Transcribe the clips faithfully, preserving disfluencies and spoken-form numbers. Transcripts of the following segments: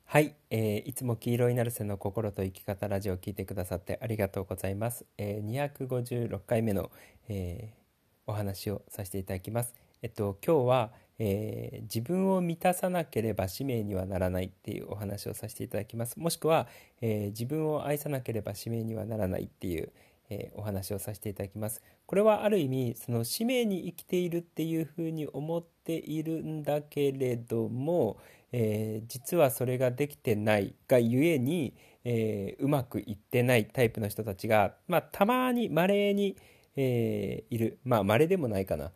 はい、えーいつも黄色いナルセの心と生き方ラジオを聞いてくださってありがとうございます。えーにひゃくごじゅうろっかいめの、えーお話をさせていただきます。えっと今日は、えー自分を満たさなければ使命にはならないっていうお話をさせていただきます。もしくは、えー自分を愛さなければ使命にはならないっていう、えーお話をさせていただきます。これはある意味その使命に生きているっていうふうに思っているんだけれども、えー実はそれができてないがゆえに、えーうまくいってないタイプの人たちが、まあ、たまに稀に、えーいる。まあ稀でもないかな。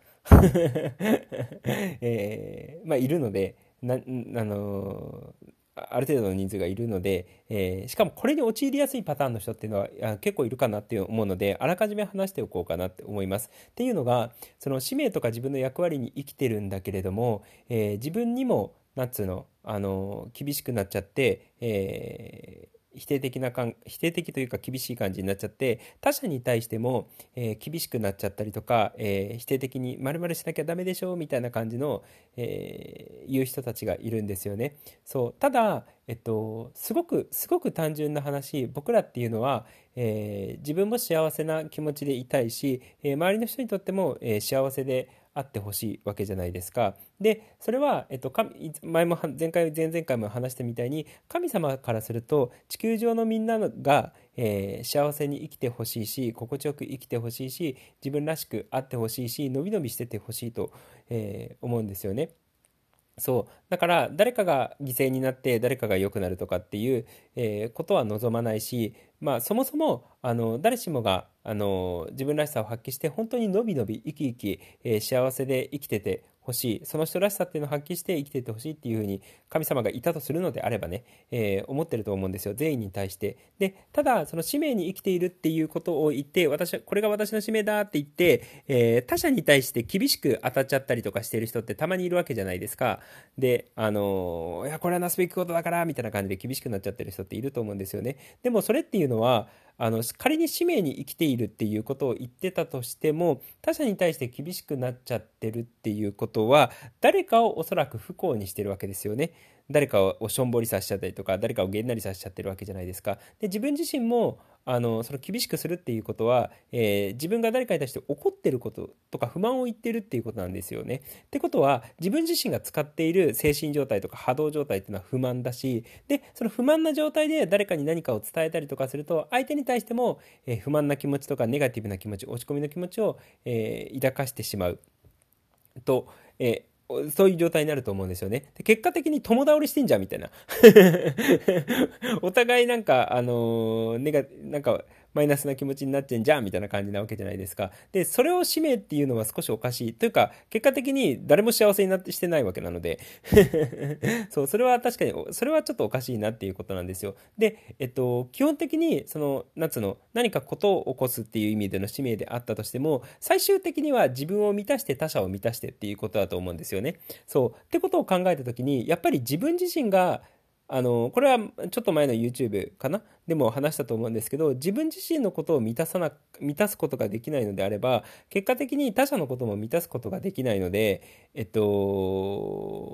えーまあいるので、な、あのーある程度の人数がいるので、えーしかもこれに陥りやすいパターンの人っていうのはあ結構いるかなって思うので、あらかじめ話しておこうかなって思います。っていうのが、その使命とか自分の役割に生きてるんだけれども、えー自分にもなんつうの、あの厳しくなっちゃって、えー否定的な感否定的というか厳しい感じになっちゃって、他者に対しても、えー厳しくなっちゃったりとか、えー否定的に〇〇しなきゃダメでしょみたいな感じの、えー言う人たちがいるんですよね。そうただ、えっと、すごくすごく単純な話、僕らっていうのは、えー自分も幸せな気持ちでいたいし、えー周りの人にとっても、えー幸せであってほしいわけじゃないですか。で、それは、えっと、神前も前回前々回も話したみたいに、神様からすると地球上のみんなが、えー幸せに生きてほしいし、心地よく生きてほしいし、自分らしくあってほしいし、のびのびしててほしいと、えー思うんですよね。そうだから誰かが犠牲になって誰かが良くなるとかっていう、えーことは望まないし、まあ、そもそもあの誰しもがあの自分らしさを発揮して本当にのびのび生き生き、えー幸せで生きててほしい、その人らしさっていうのを発揮して生きててほしいっていうふうに神様がいたとするのであればね、えー思ってると思うんですよ、全員に対して。でただその使命に生きているっていうことを言って、私はこれが私の使命だって言って、えー他者に対して厳しく当たっちゃったりとかしている人ってたまにいるわけじゃないですか。で、あのーいや、これはなすべきことだから、みたいな感じで厳しくなっちゃってる人っていると思うんですよね。でもそれっていうのは、あの、仮に使命に生きているっていうことを言ってたとしても、他者に対して厳しくなっちゃってるっていうことは、誰かをおそらく不幸にしてるわけですよね。誰かをしょんぼりさせちゃったりとか、誰かをげんなりさせちゃってるわけじゃないですか。で、自分自身も、あのその厳しくするっていうことは、えー自分が誰かに対して怒ってることとか不満を言ってるっていうことなんですよね。ってことは自分自身が使っている精神状態とか波動状態っていうのは不満だし、でその不満な状態で誰かに何かを伝えたりとかすると、相手に対しても、えー不満な気持ちとかネガティブな気持ち、落ち込みの気持ちを、えー抱かしてしまうと、えーそういう状態になると思うんですよね。で結果的に共倒れしてんじゃんみたいな。お互いなんか、あのーネガ、なんか、マイナスな気持ちになってんじゃんみたいな感じなわけじゃないですか。で、それを使命っていうのは少しおかしい。というか、結果的に誰も幸せになってしてないわけなので。そう、それは確かに、それはちょっとおかしいなっていうことなんですよ。で、えっと、基本的に、その、なんつうの、何かことを起こすっていう意味での使命であったとしても、最終的には自分を満たして他者を満たしてっていうことだと思うんですよね。そう。ってことを考えたときに、やっぱり自分自身が、あの、これはちょっと前の YouTube かなでも話したと思うんですけど、自分自身のことを満たさな、満たすことができないのであれば、結果的に他者のことも満たすことができないので、えっと、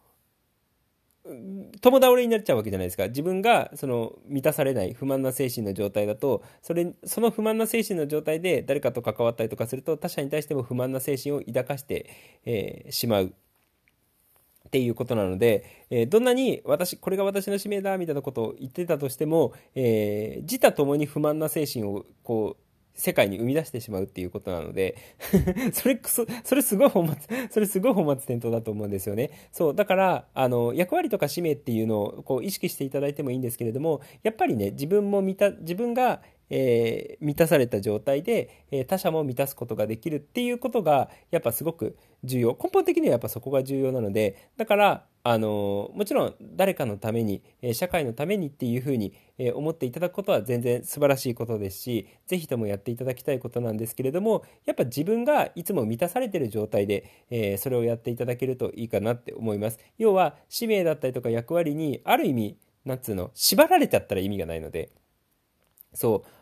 共倒れになっちゃうわけじゃないですか。自分がその満たされない不満な精神の状態だと、それその不満な精神の状態で誰かと関わったりとかすると、他者に対しても不満な精神を抱かして、えーしまうっていうことなので、えーどんなに私これが私の使命だみたいなことを言ってたとしても、えー自他ともに不満な精神をこう世界に生み出してしまうっていうことなのでそれそそれすごい本末それすごい本末転倒だと思うんですよね。そうだから、あの役割とか使命っていうのをこう意識していただいてもいいんですけれども、やっぱりね、自分も満た自分がえー満たされた状態で、えー他者も満たすことができるっていうことがやっぱすごく重要、根本的にはやっぱそこが重要なので、だからあのもちろん誰かのために、えー社会のためにっていうふうに、えー思っていただくことは全然素晴らしいことですし、ぜひともやっていただきたいことなんですけれども、やっぱ自分がいつも満たされている状態で、えーそれをやっていただけるといいかなって思います。要は使命だったりとか役割にある意味なんつうの縛られちゃったら意味がないので、そう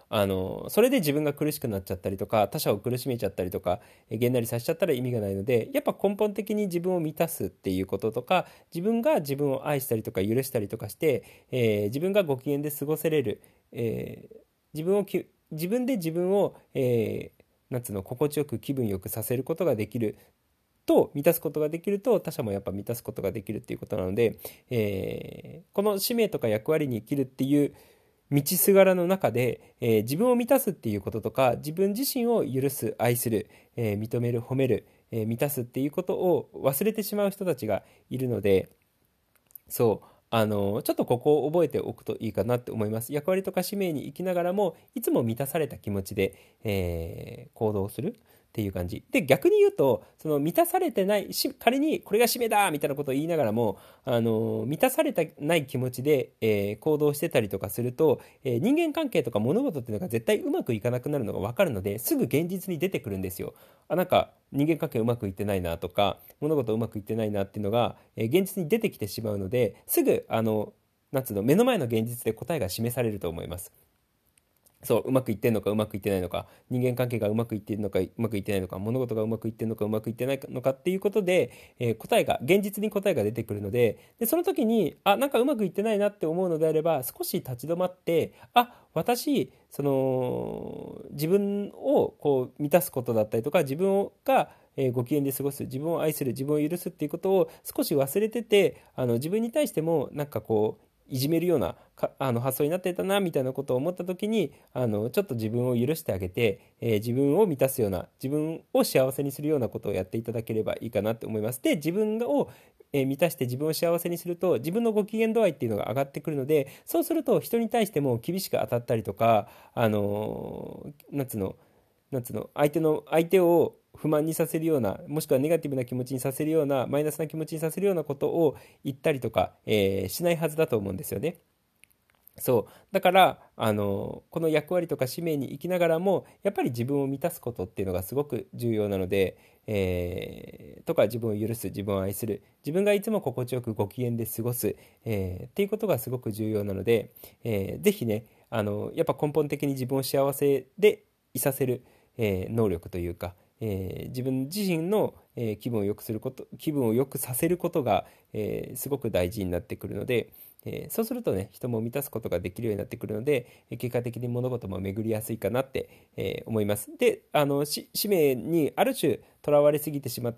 あのそれで自分が苦しくなっちゃったりとか他者を苦しめちゃったりとかえげんなりさせちゃったら意味がないので、やっぱ根本的に自分を満たすっていうこととか、自分が自分を愛したりとか許したりとかして、えー自分がご機嫌で過ごせれる、えー自分をき自分で自分を、えーなんつうの、心地よく気分よくさせることができると、満たすことができると他者もやっぱ満たすことができるっていうことなので、えーこの使命とか役割に生きるっていう道すがらの中で、えー自分を満たすっていうこととか、自分自身を許す、愛する、えー認める、褒める、えー満たすっていうことを忘れてしまう人たちがいるので、そう、あの、ちょっとここを覚えておくといいかなって思います。役割とか使命に生きながらも、いつも満たされた気持ちで、えー行動するっていう感じ。で、逆に言うと、その満たされてない、し仮にこれが使命だみたいなことを言いながらも、あの、満たされてない気持ちで、えー行動してたりとかすると、えー人間関係とか物事っていうのが絶対うまくいかなくなるのがわかるので、すぐ現実に出てくるんですよ。あ、なんか人間関係うまくいってないなとか、物事うまくいってないなっていうのが、えー現実に出てきてしまうので、すぐあのなんつうの、目の前の現実で答えが示されると思います。そう、うまくいってんのかうまくいってないのか、人間関係がうまくいっているのかうまくいってないのか、物事がうまくいってるのかうまくいってないのかっていうことで、えー答えが現実に答えが出てくるので、でその時にあなんかうまくいってないなって思うのであれば、少し立ち止まって、あ私その自分をこう満たすことだったりとか、自分をがえーご機嫌で過ごす、自分を愛する、自分を許すっていうことを少し忘れてて、あの自分に対してもなんかこういじめるようなかあの発想になってたなみたいなことを思った時に、あのちょっと自分を許してあげて、えー自分を満たすような、自分を幸せにするようなことをやっていただければいいかなって思います。で自分をえー満たして自分を幸せにすると、自分のご機嫌度合いっていうのが上がってくるので、そうすると人に対しても厳しく当たったりとか、あのーなんつうのなんつうの、相手の、相手を不満にさせるような、もしくはネガティブな気持ちにさせるような、マイナスな気持ちにさせるようなことを言ったりとか、えーしないはずだと思うんですよね。そう。だから、あの、この役割とか使命に生きながらも、やっぱり自分を満たすことっていうのがすごく重要なので、えーとか自分を許す、自分を愛する、自分がいつも心地よくご機嫌で過ごす、えーっていうことがすごく重要なので、えーぜひね、あの、やっぱ根本的に自分を幸せでいさせる、えー能力というか、えー自分自身の、えー気分を良くすること、気分を良くさせることが、えーすごく大事になってくるので、えーそうするとね、人も満たすことができるようになってくるので、えー結果的に物事も巡りやすいかなって、えー思います。で、あの、し使命にある種とらわれすぎてしまって、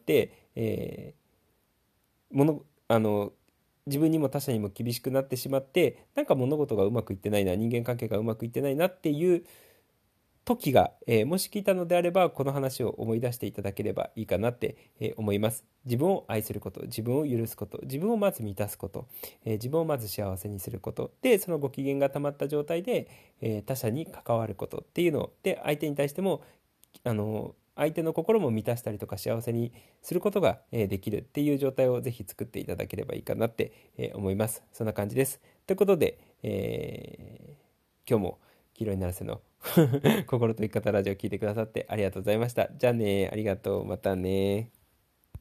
えーもの、あの、自分にも他者にも厳しくなってしまって、なんか物事がうまくいってないな、人間関係がうまくいってないなっていう時が、えーもし聞いたのであれば、この話を思い出していただければいいかなって、えー思います。自分を愛すること、自分を許すこと、自分をまず満たすこと、えー自分をまず幸せにすることで、そのご機嫌がたまった状態で、えー他者に関わることっていうので、相手に対してもあの相手の心も満たしたりとか幸せにすることが、えーできるっていう状態をぜひ作っていただければいいかなって、えー思います。そんな感じです。ということで、えー今日も黄色にならせの心と生き方ラジオを聞いてくださってありがとうございました。じゃあね、ありがとう。またね。